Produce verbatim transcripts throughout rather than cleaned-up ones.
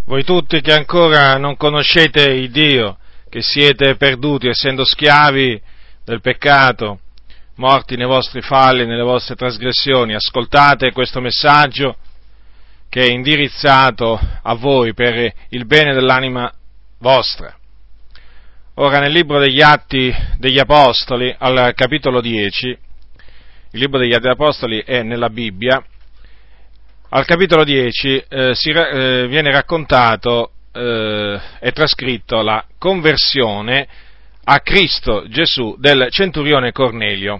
Voi tutti che ancora non conoscete il Dio, che siete perduti essendo schiavi del peccato, morti nei vostri falli, nelle vostre trasgressioni, ascoltate questo messaggio che è indirizzato a voi per il bene dell'anima vostra. Ora nel libro degli Atti degli Apostoli, al capitolo dieci, il libro degli Atti degli Apostoli è nella Bibbia, al capitolo dieci eh, si, eh, viene raccontato eh, e trascritto la conversione a Cristo Gesù del centurione Cornelio.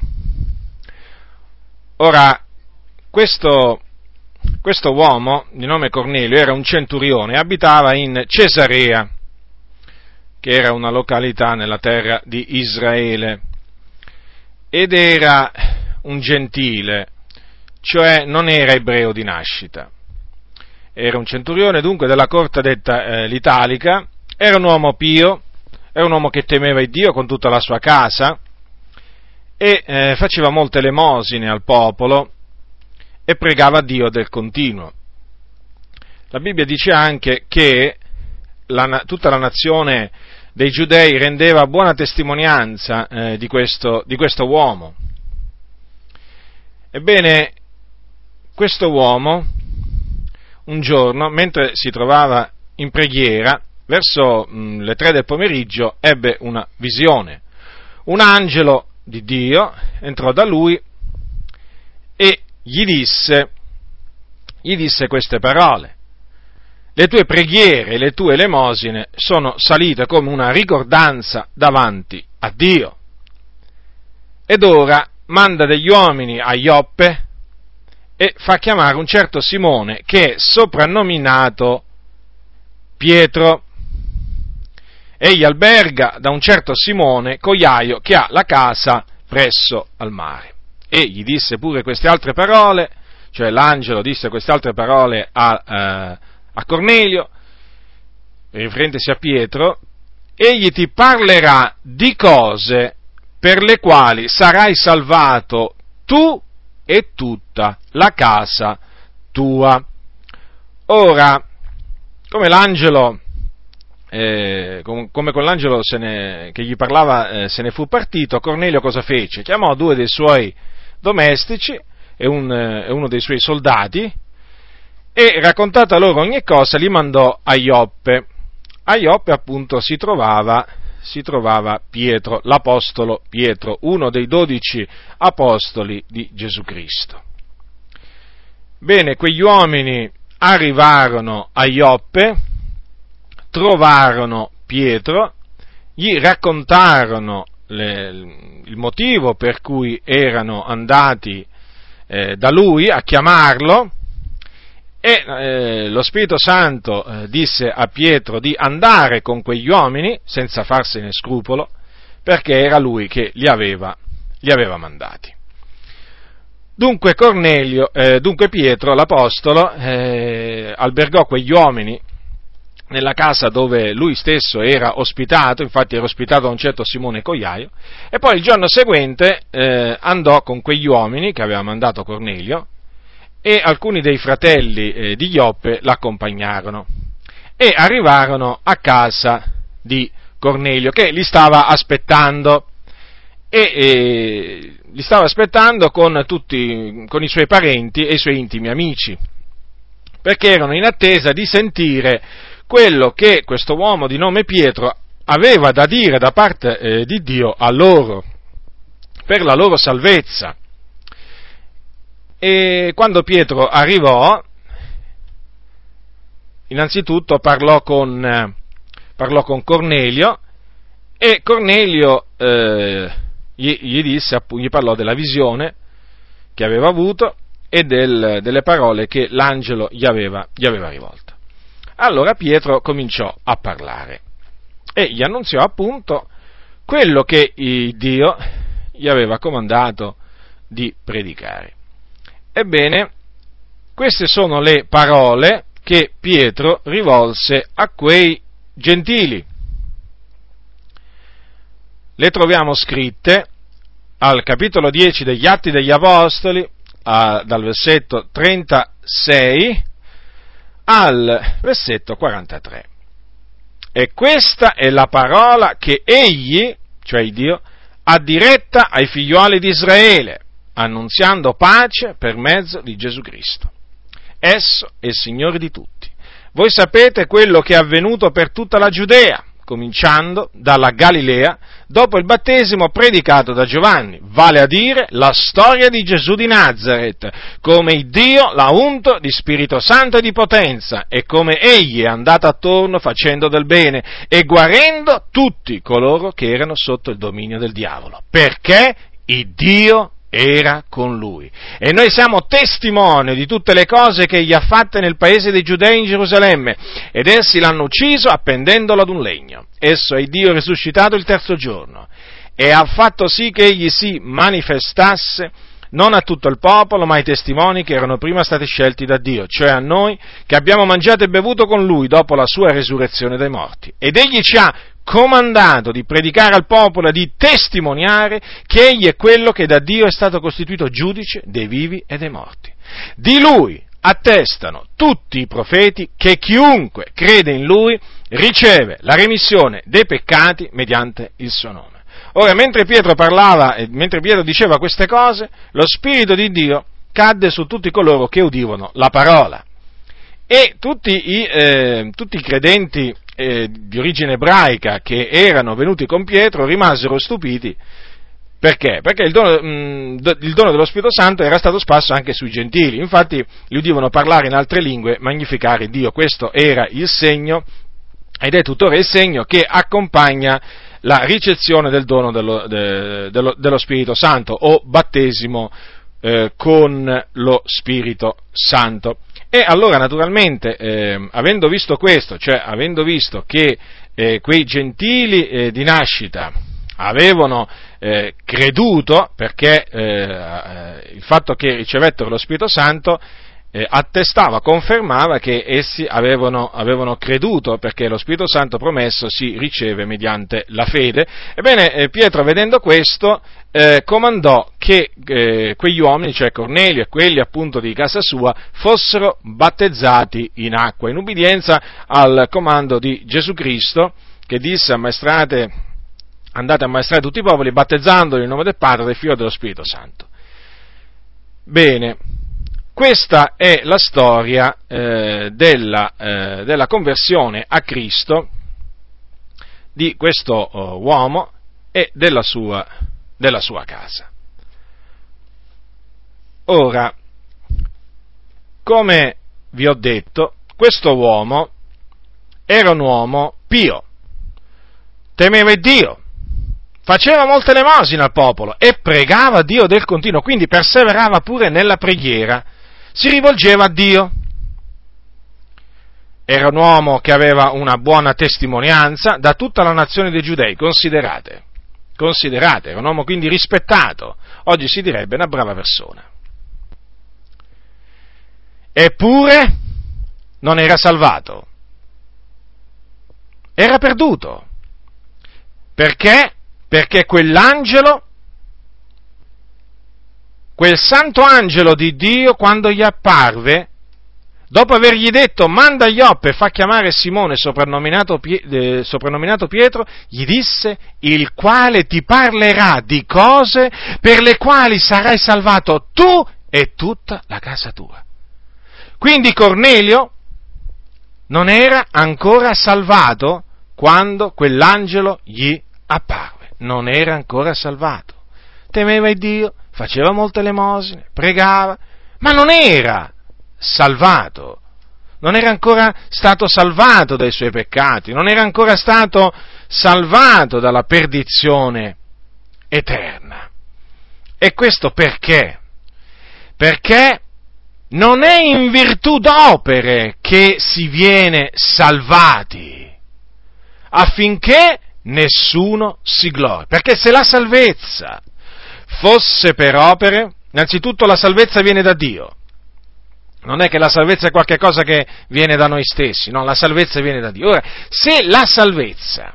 Ora, questo, questo uomo di nome Cornelio era un centurione e abitava in Cesarea, che era una località nella terra di Israele, ed era un gentile, cioè non era ebreo di nascita. Era un centurione dunque della corte detta eh, l'Italica, era un uomo pio, era un uomo che temeva il Dio con tutta la sua casa e eh, faceva molte elemosine al popolo e pregava Dio del continuo. La Bibbia dice anche che la, tutta la nazione dei Giudei rendeva buona testimonianza eh, di, questo, di questo uomo. Ebbene, questo uomo, un giorno, mentre si trovava in preghiera, verso mh, le tre del pomeriggio, ebbe una visione. Un angelo di Dio entrò da lui e gli disse, gli disse queste parole: le tue preghiere e le tue elemosine sono salite come una ricordanza davanti a Dio. Ed ora manda degli uomini a Ioppe e fa chiamare un certo Simone, che è soprannominato Pietro. Egli alberga da un certo Simone, cogliaio, che ha la casa presso al mare. E gli disse pure queste altre parole, cioè l'angelo disse queste altre parole a, eh, a Cornelio, riferentesi a Pietro: egli ti parlerà di cose per le quali sarai salvato tu e tutta la casa tua. Ora, come l'angelo, eh, com- come con l'angelo se ne, che gli parlava eh, se ne fu partito, Cornelio cosa fece? Chiamò due dei suoi domestici e, un, eh, uno dei suoi soldati e, raccontata loro ogni cosa, li mandò a Ioppe. A Ioppe appunto si trovava si trovava Pietro, l'apostolo Pietro, uno dei dodici apostoli di Gesù Cristo. Bene, quegli uomini arrivarono a Ioppe, trovarono Pietro, gli raccontarono le, il motivo per cui erano andati eh, da lui a chiamarlo, e eh, lo Spirito Santo eh, disse a Pietro di andare con quegli uomini senza farsene scrupolo, perché era lui che li aveva, li aveva mandati. Dunque Cornelio, eh, dunque Pietro, l'apostolo, eh, albergò quegli uomini nella casa dove lui stesso era ospitato, infatti era ospitato da un certo Simone Cogliaio, e poi il giorno seguente eh, andò con quegli uomini che aveva mandato Cornelio, e alcuni dei fratelli eh, di Ioppe l'accompagnarono e arrivarono a casa di Cornelio, che li stava aspettando e eh, li stava aspettando con tutti, con i suoi parenti e i suoi intimi amici, perché erano in attesa di sentire quello che questo uomo di nome Pietro aveva da dire da parte eh, di Dio a loro, per la loro salvezza. E quando Pietro arrivò, innanzitutto parlò con, parlò con Cornelio, e Cornelio eh, gli, gli disse, gli parlò della visione che aveva avuto e del, delle parole che l'angelo gli aveva, gli aveva rivolto. Allora Pietro cominciò a parlare e gli annunziò appunto quello che Dio gli aveva comandato di predicare. Ebbene, queste sono le parole che Pietro rivolse a quei gentili. Le troviamo scritte al capitolo dieci degli Atti degli Apostoli, a, dal versetto trentasei al versetto quarantatré. E questa è la parola che egli, cioè Dio, ha diretta ai figliuoli di Israele, annunziando pace per mezzo di Gesù Cristo. Esso è il Signore di tutti. Voi sapete quello che è avvenuto per tutta la Giudea, cominciando dalla Galilea, dopo il battesimo predicato da Giovanni, vale a dire la storia di Gesù di Nazaret, come Dio l'ha unto di Spirito Santo e di potenza, e come egli è andato attorno facendo del bene e guarendo tutti coloro che erano sotto il dominio del diavolo, perché il Dio era con lui. E noi siamo testimoni di tutte le cose che egli ha fatte nel paese dei Giudei in Gerusalemme, ed essi l'hanno ucciso appendendolo ad un legno. Esso è Dio risuscitato il terzo giorno, e ha fatto sì che egli si manifestasse non a tutto il popolo, ma ai testimoni che erano prima stati scelti da Dio, cioè a noi che abbiamo mangiato e bevuto con lui dopo la sua resurrezione dai morti. Ed egli ci ha comandato di predicare al popolo e di testimoniare che egli è quello che da Dio è stato costituito giudice dei vivi e dei morti. Di lui attestano tutti i profeti che chiunque crede in lui riceve la remissione dei peccati mediante il suo nome. Ora, mentre Pietro parlava, e mentre Pietro diceva queste cose, lo Spirito di Dio cadde su tutti coloro che udivano la parola. E tutti i, eh, tutti i credenti eh, di origine ebraica che erano venuti con Pietro rimasero stupiti. Perché? Perché il dono, mh, il dono dello Spirito Santo era stato sparso anche sui gentili, infatti li udivano parlare in altre lingue, magnificare Dio. Questo era il segno, ed è tuttora il segno, che accompagna la ricezione del dono dello, de, dello, dello Spirito Santo, o battesimo eh, con lo Spirito Santo. E allora, naturalmente, eh, avendo visto questo, cioè avendo visto che eh, quei gentili eh, di nascita avevano eh, creduto, perché eh, il fatto che ricevettero lo Spirito Santo eh, attestava, confermava che essi avevano, avevano creduto, perché lo Spirito Santo promesso si riceve mediante la fede. Ebbene, eh, Pietro, vedendo questo, eh, comandò che eh, quegli uomini, cioè Cornelio e quelli appunto di casa sua, fossero battezzati in acqua, in ubbidienza al comando di Gesù Cristo, che disse: ammaestrate, andate a ammaestrare tutti i popoli, battezzandoli nel nome del Padre, del Figlio e dello Spirito Santo. Bene. Questa è la storia eh, della, eh, della conversione a Cristo di questo uh, uomo e della sua, della sua casa. Ora, come vi ho detto, questo uomo era un uomo pio, temeva Dio, faceva molte elemosine al popolo e pregava Dio del continuo, quindi perseverava pure nella preghiera. Si rivolgeva a Dio. Era un uomo che aveva una buona testimonianza da tutta la nazione dei Giudei, considerate, considerate, era un uomo quindi rispettato, oggi si direbbe una brava persona. Eppure non era salvato, era perduto. Perché? Perché quell'angelo, quel santo angelo di Dio, quando gli apparve, dopo avergli detto manda Ioppe e fa chiamare Simone, soprannominato, eh, soprannominato Pietro, gli disse: il quale ti parlerà di cose per le quali sarai salvato tu e tutta la casa tua. Quindi Cornelio non era ancora salvato quando quell'angelo gli apparve, non era ancora salvato, temeva il Dio, faceva molte elemosine, pregava, ma non era salvato, non era ancora stato salvato dai suoi peccati, non era ancora stato salvato dalla perdizione eterna. E questo perché? Perché non è in virtù d'opere che si viene salvati, affinché nessuno si glori. Perché se la salvezza fosse per opere, innanzitutto la salvezza viene da Dio. Non è che la salvezza è qualche cosa che viene da noi stessi, no, la salvezza viene da Dio. Ora, se la salvezza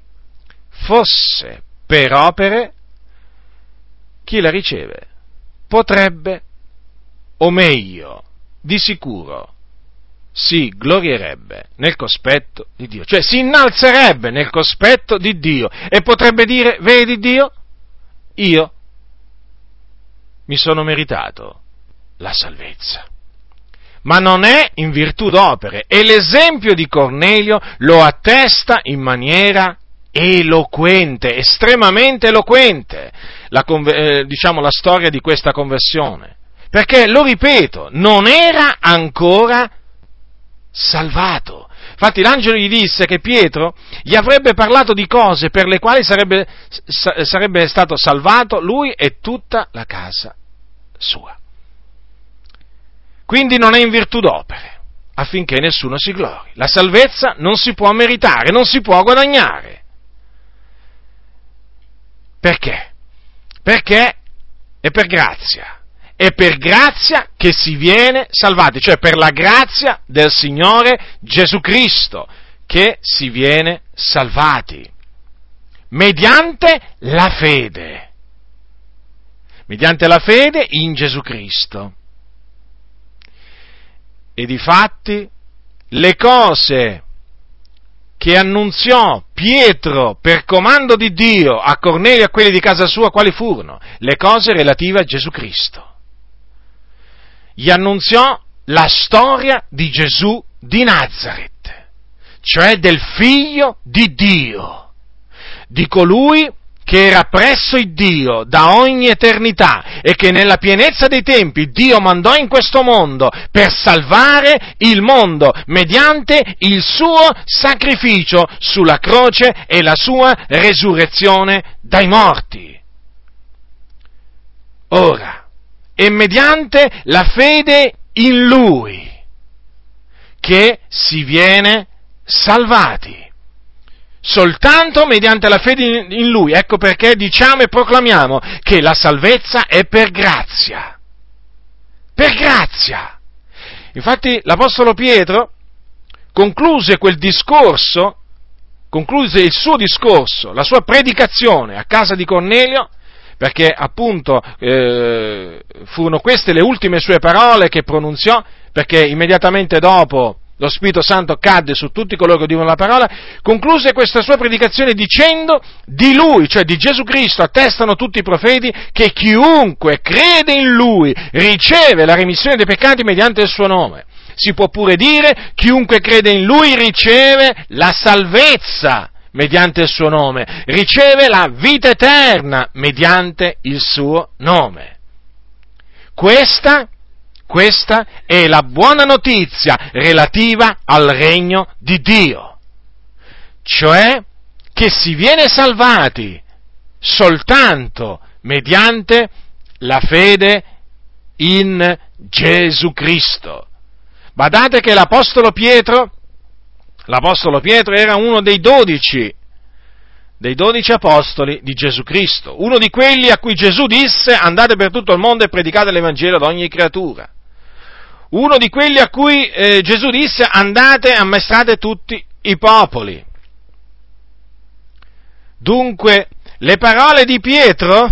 fosse per opere, chi la riceve potrebbe, o meglio, di sicuro, si glorierebbe nel cospetto di Dio, cioè si innalzerebbe nel cospetto di Dio e potrebbe dire: vedi Dio, io mi sono meritato la salvezza. Ma non è in virtù d'opere, e l'esempio di Cornelio lo attesta in maniera eloquente, estremamente eloquente, la, eh, diciamo, la storia di questa conversione. Perché, lo ripeto, non era ancora salvato. Infatti l'angelo gli disse che Pietro gli avrebbe parlato di cose per le quali sarebbe, sarebbe stato salvato lui e tutta la casa sua. Quindi non è in virtù d'opere, affinché nessuno si glori. La salvezza non si può meritare, non si può guadagnare. Perché? Perché è per grazia. È per grazia che si viene salvati, cioè per la grazia del Signore Gesù Cristo che si viene salvati, mediante la fede, mediante la fede in Gesù Cristo. E difatti le cose che annunziò Pietro per comando di Dio a Cornelio e a quelli di casa sua, quali furono? Le cose relative a Gesù Cristo. Gli annunziò la storia di Gesù di Nazaret, cioè del Figlio di Dio, di colui che era presso il Dio da ogni eternità e che nella pienezza dei tempi Dio mandò in questo mondo per salvare il mondo mediante il suo sacrificio sulla croce e la sua resurrezione dai morti. Ora, è mediante la fede in Lui che si viene salvati. Soltanto mediante la fede in Lui. Ecco perché diciamo e proclamiamo che la salvezza è per grazia. Per grazia. Infatti l'Apostolo Pietro concluse quel discorso, concluse il suo discorso, la sua predicazione a casa di Cornelio, perché appunto eh, furono queste le ultime sue parole che pronunziò, perché immediatamente dopo lo Spirito Santo cadde su tutti coloro che udivano la parola. Concluse questa sua predicazione dicendo: di Lui, cioè di Gesù Cristo, attestano tutti i profeti che chiunque crede in Lui riceve la remissione dei peccati mediante il suo nome. Si può pure dire: chiunque crede in Lui riceve la salvezza mediante il suo nome, riceve la vita eterna mediante il suo nome. Questa Questa è la buona notizia relativa al regno di Dio, cioè che si viene salvati soltanto mediante la fede in Gesù Cristo. Badate che l'Apostolo Pietro, l'Apostolo Pietro era uno dei dodici, dei dodici apostoli di Gesù Cristo, uno di quelli a cui Gesù disse: andate per tutto il mondo e predicate l'Evangelo ad ogni creatura. Uno di quelli a cui eh, Gesù disse: andate e ammaestrate tutti i popoli. Dunque, le parole di Pietro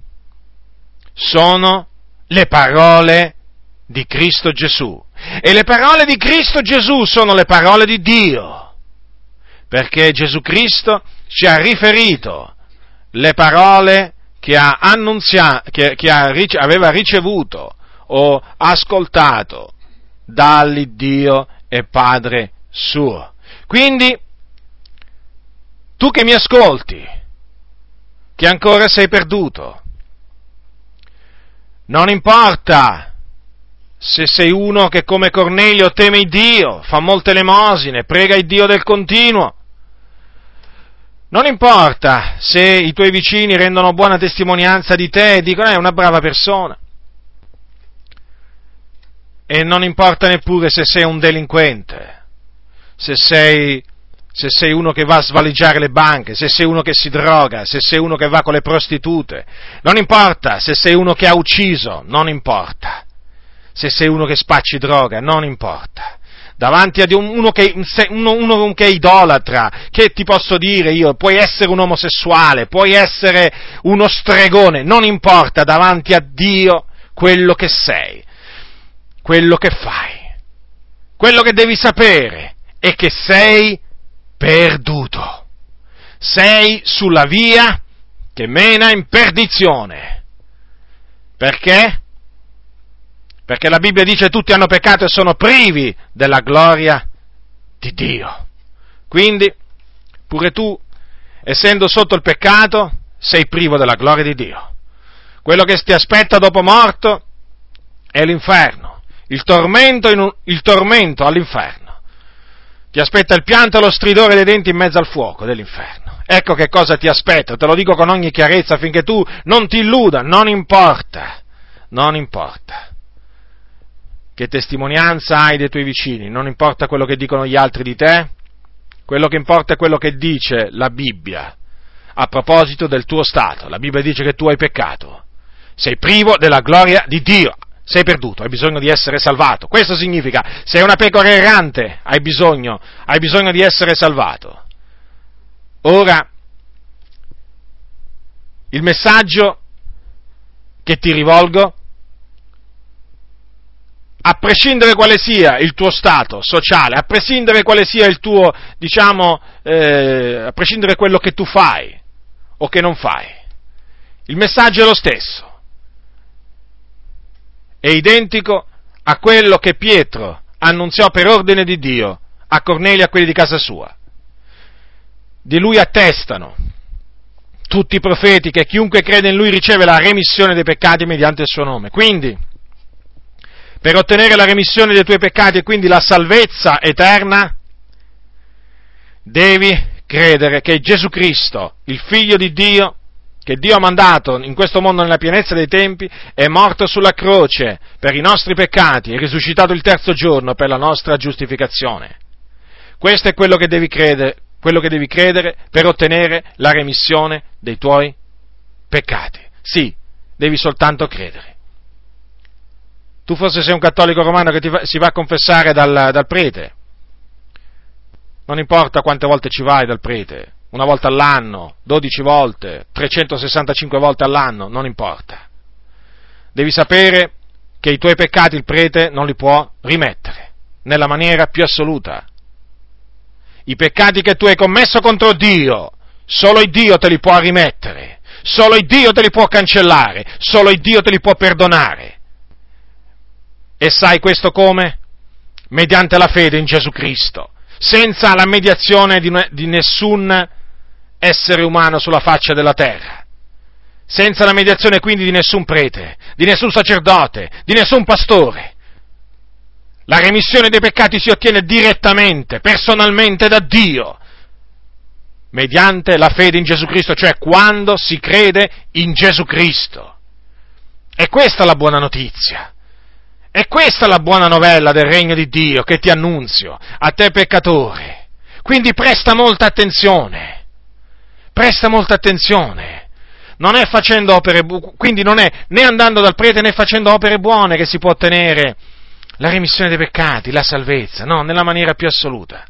sono le parole di Cristo Gesù. E le parole di Cristo Gesù sono le parole di Dio. Perché Gesù Cristo ci ha riferito le parole che ha annunziato, che, che ha, aveva ricevuto o ascoltato dall'Iddio e Padre suo. Quindi, tu che mi ascolti, che ancora sei perduto, non importa se sei uno che come Cornelio teme il Dio, fa molte elemosine, prega il Dio del continuo, non importa se i tuoi vicini rendono buona testimonianza di te e dicono: è una brava persona. E non importa neppure se sei un delinquente, se sei, se sei uno che va a svaligiare le banche, se sei uno che si droga, se sei uno che va con le prostitute, non importa se sei uno che ha ucciso, non importa, se sei uno che spacci droga, non importa. Davanti a uno che, uno, uno che è idolatra, che ti posso dire io, puoi essere un omosessuale, puoi essere uno stregone, non importa davanti a Dio quello che sei, quello che fai. quello che devi sapere è che sei perduto. Sei sulla via che mena in perdizione. Perché? Perché la Bibbia dice che tutti hanno peccato e sono privi della gloria di Dio. Quindi, pure tu, essendo sotto il peccato, sei privo della gloria di Dio. Quello che ti aspetta dopo morto è l'inferno, il tormento, in un, il tormento all'inferno. Ti aspetta il pianto e lo stridore dei denti in mezzo al fuoco dell'inferno. Ecco che cosa ti aspetta, te lo dico con ogni chiarezza affinché tu non ti illuda, non importa, non importa che testimonianza hai dei tuoi vicini, non importa quello che dicono gli altri di te, quello che importa è quello che dice la Bibbia a proposito del tuo stato. La Bibbia dice che tu hai peccato, sei privo della gloria di Dio. Sei perduto, hai bisogno di essere salvato. Questo significa, sei una pecora errante, hai bisogno, hai bisogno di essere salvato. Ora, il messaggio che ti rivolgo, a prescindere quale sia il tuo stato sociale, a prescindere quale sia il tuo, diciamo, eh, a prescindere quello che tu fai o che non fai, il messaggio è lo stesso. È identico a quello che Pietro annunziò per ordine di Dio a Cornelio e a quelli di casa sua. Di lui attestano tutti i profeti che chiunque crede in lui riceve la remissione dei peccati mediante il suo nome. Quindi, per ottenere la remissione dei tuoi peccati e quindi la salvezza eterna, devi credere che Gesù Cristo, il Figlio di Dio, che Dio ha mandato in questo mondo nella pienezza dei tempi, è morto sulla croce per i nostri peccati e risuscitato il terzo giorno per la nostra giustificazione. Questo è quello che devi credere, quello che devi credere per ottenere la remissione dei tuoi peccati. Sì, devi soltanto credere. Tu forse sei un cattolico romano che ti fa, si va a confessare dal, dal prete. Non importa quante volte ci vai dal prete. Una volta all'anno, dodici volte, trecentosessantacinque volte all'anno, non importa. Devi sapere che i tuoi peccati il prete non li può rimettere, nella maniera più assoluta. I peccati che tu hai commesso contro Dio, solo il Dio te li può rimettere, solo il Dio te li può cancellare, solo il Dio te li può perdonare. E sai questo come? Mediante la fede in Gesù Cristo, senza la mediazione di, di nessun essere umano sulla faccia della terra, senza la mediazione quindi di nessun prete, di nessun sacerdote, di nessun pastore. La remissione dei peccati si ottiene direttamente, personalmente da Dio, mediante la fede in Gesù Cristo, cioè quando si crede in Gesù Cristo. E questa è la buona notizia. E questa è la buona novella del regno di Dio che ti annunzio, a te peccatore. Quindi presta molta attenzione. Presta molta attenzione, non è facendo opere bu- quindi non è né andando dal prete né facendo opere buone che si può ottenere la remissione dei peccati, la salvezza, no, nella maniera più assoluta,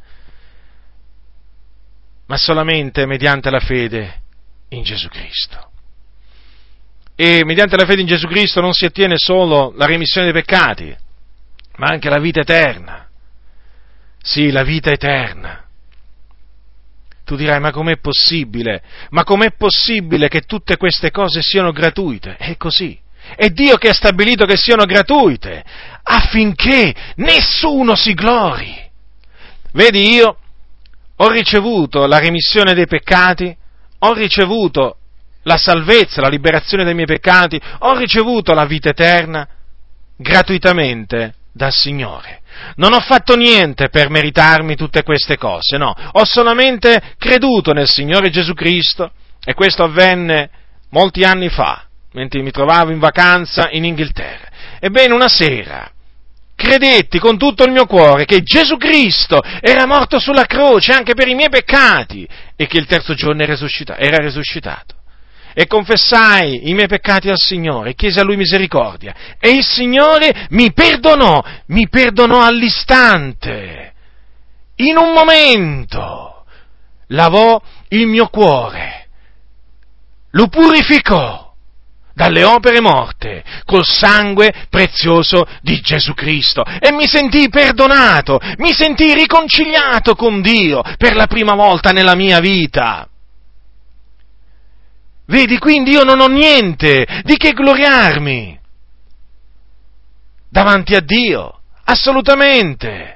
ma solamente mediante la fede in Gesù Cristo. E mediante la fede in Gesù Cristo non si ottiene solo la remissione dei peccati, ma anche la vita eterna. Sì, la vita eterna. Tu dirai, ma com'è possibile? Ma com'è possibile che tutte queste cose siano gratuite? È così. È Dio che ha stabilito che siano gratuite, affinché nessuno si glori. Vedi, io ho ricevuto la remissione dei peccati, ho ricevuto la salvezza, la liberazione dai miei peccati, ho ricevuto la vita eterna gratuitamente dal Signore. Non ho fatto niente per meritarmi tutte queste cose, no, ho solamente creduto nel Signore Gesù Cristo, e questo avvenne molti anni fa, mentre mi trovavo in vacanza in Inghilterra. Ebbene, una sera credetti con tutto il mio cuore che Gesù Cristo era morto sulla croce anche per i miei peccati e che il terzo giorno era risuscitato. Era risuscitato. E confessai i miei peccati al Signore, chiesi a Lui misericordia, e il Signore mi perdonò, mi perdonò all'istante, in un momento, lavò il mio cuore, lo purificò dalle opere morte col sangue prezioso di Gesù Cristo e mi sentii perdonato, mi sentii riconciliato con Dio per la prima volta nella mia vita. Vedi, quindi io non ho niente di che gloriarmi davanti a Dio, assolutamente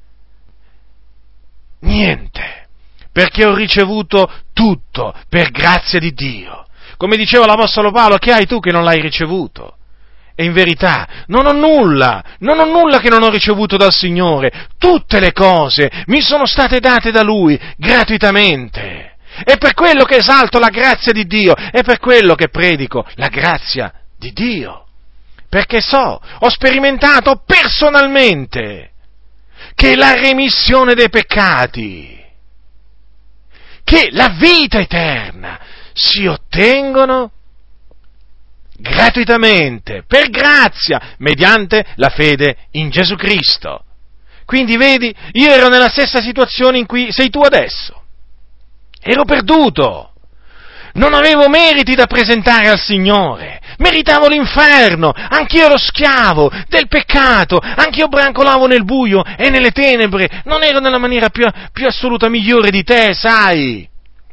niente, perché ho ricevuto tutto per grazia di Dio. Come diceva l'Apostolo Paolo, che hai tu che non l'hai ricevuto? E in verità non ho nulla, non ho nulla che non ho ricevuto dal Signore, tutte le cose mi sono state date da Lui gratuitamente. È per quello che esalto la grazia di Dio, è per quello che predico la grazia di Dio, perché so, ho sperimentato personalmente che la remissione dei peccati, che la vita eterna si ottengono gratuitamente, per grazia, mediante la fede in Gesù Cristo. Quindi vedi, io ero nella stessa situazione in cui sei tu adesso. Ero perduto, non avevo meriti da presentare al Signore, meritavo l'inferno, anch'io ero schiavo del peccato, anch'io brancolavo nel buio e nelle tenebre, non ero nella maniera più, più assoluta migliore di te, sai.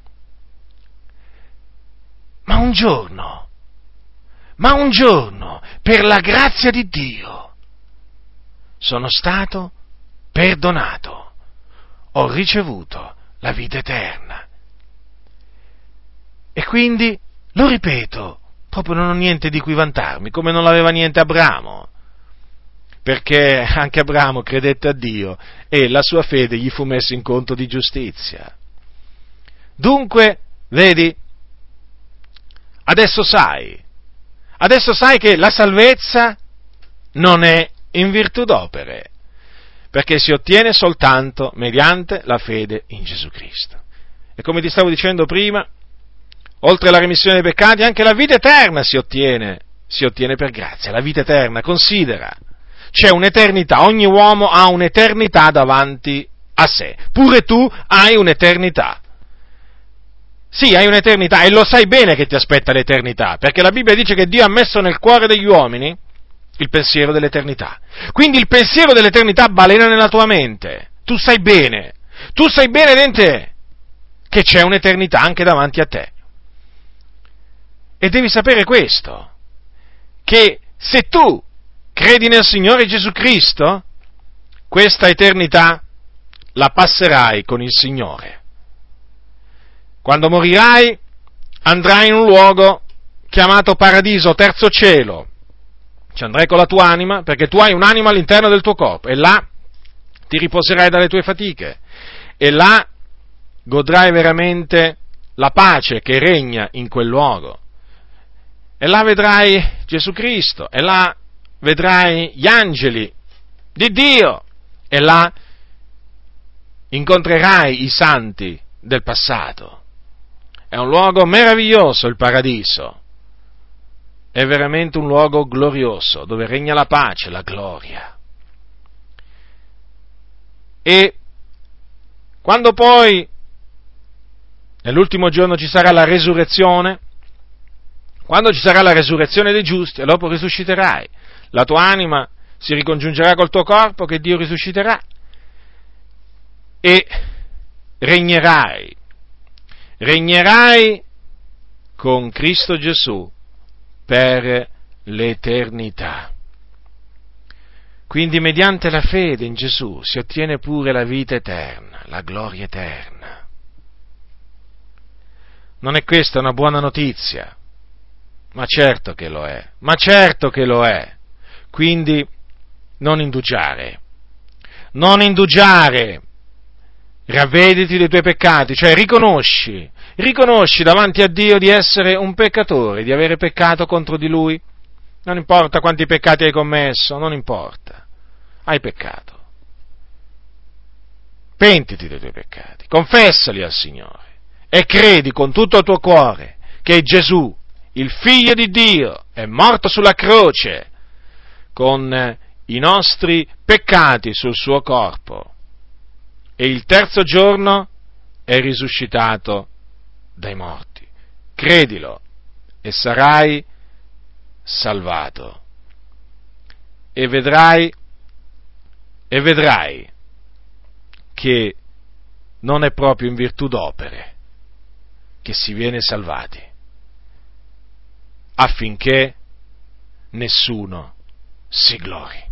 Ma un giorno, ma un giorno, per la grazia di Dio, sono stato perdonato, ho ricevuto la vita eterna. E quindi, lo ripeto, proprio non ho niente di cui vantarmi, come non l'aveva niente Abramo, perché anche Abramo credette a Dio e la sua fede gli fu messa in conto di giustizia. Dunque, vedi, adesso sai, adesso sai che la salvezza non è in virtù d'opere, perché si ottiene soltanto mediante la fede in Gesù Cristo. E come ti stavo dicendo prima, oltre alla remissione dei peccati, anche la vita eterna si ottiene, si ottiene per grazia. La vita eterna, considera, c'è un'eternità, ogni uomo ha un'eternità davanti a sé, pure tu hai un'eternità. Sì, hai un'eternità e lo sai bene che ti aspetta l'eternità, perché la Bibbia dice che Dio ha messo nel cuore degli uomini il pensiero dell'eternità. Quindi il pensiero dell'eternità balena nella tua mente, tu sai bene, tu sai bene dentro te che c'è un'eternità anche davanti a te. E devi sapere questo, che se tu credi nel Signore Gesù Cristo, questa eternità la passerai con il Signore. Quando morirai andrai in un luogo chiamato paradiso, terzo cielo. Ci andrai con la tua anima, perché tu hai un'anima all'interno del tuo corpo, e là ti riposerai dalle tue fatiche, e là godrai veramente la pace che regna in quel luogo. E là vedrai Gesù Cristo, e là vedrai gli angeli di Dio, e là incontrerai i santi del passato. È un luogo meraviglioso il paradiso, è veramente un luogo glorioso, dove regna la pace, la gloria. E quando poi nell'ultimo giorno ci sarà la resurrezione, quando ci sarà la resurrezione dei giusti, e dopo risusciterai, la tua anima si ricongiungerà col tuo corpo che Dio risusciterà, e regnerai, regnerai con Cristo Gesù per l'eternità. Quindi mediante la fede in Gesù si ottiene pure la vita eterna, la gloria eterna. Non è questa una buona notizia? Ma certo che lo è, ma certo che lo è. Quindi non indugiare, non indugiare, ravvediti dei tuoi peccati, cioè riconosci, riconosci davanti a Dio di essere un peccatore, di avere peccato contro di Lui. Non importa quanti peccati hai commesso, non importa, hai peccato. Pentiti dei tuoi peccati, confessali al Signore e credi con tutto il tuo cuore che Gesù, il Figlio di Dio, è morto sulla croce con i nostri peccati sul suo corpo e il terzo giorno è risuscitato dai morti. Credilo e sarai salvato. E vedrai, e vedrai che non è proprio in virtù d'opere che si viene salvati, affinché nessuno si glori.